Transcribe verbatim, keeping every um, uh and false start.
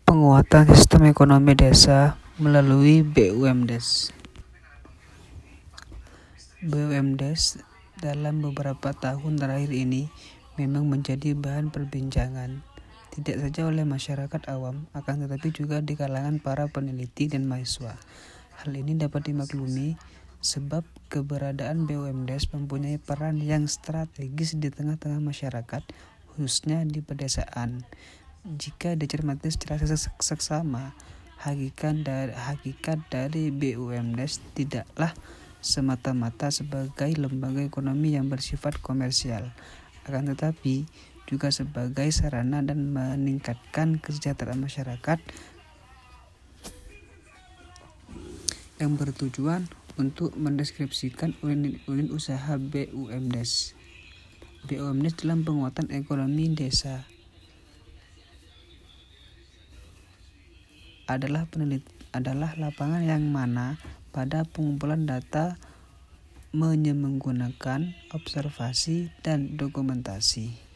penguatan sistem ekonomi desa melalui B U M D E S. B U M D E S dalam beberapa tahun terakhir ini memang menjadi bahan perbincangan, tidak saja oleh masyarakat awam, akan tetapi juga di kalangan para peneliti dan mahasiswa. Hal ini dapat dimaklumi sebab keberadaan B U M D E S mempunyai peran yang strategis di tengah-tengah masyarakat, khususnya di pedesaan. Jika dicermati secara seksama, hakikat dari, hakikat dari B U M D E S tidaklah semata-mata sebagai lembaga ekonomi yang bersifat komersial, akan tetapi juga sebagai sarana dan meningkatkan kesejahteraan masyarakat yang bertujuan untuk mendeskripsikan unit-unit usaha B U M D E S. B U M D E S dalam penguatan ekonomi desa adalah penelit adalah lapangan yang mana pada pengumpulan data menggunakan observasi dan dokumentasi.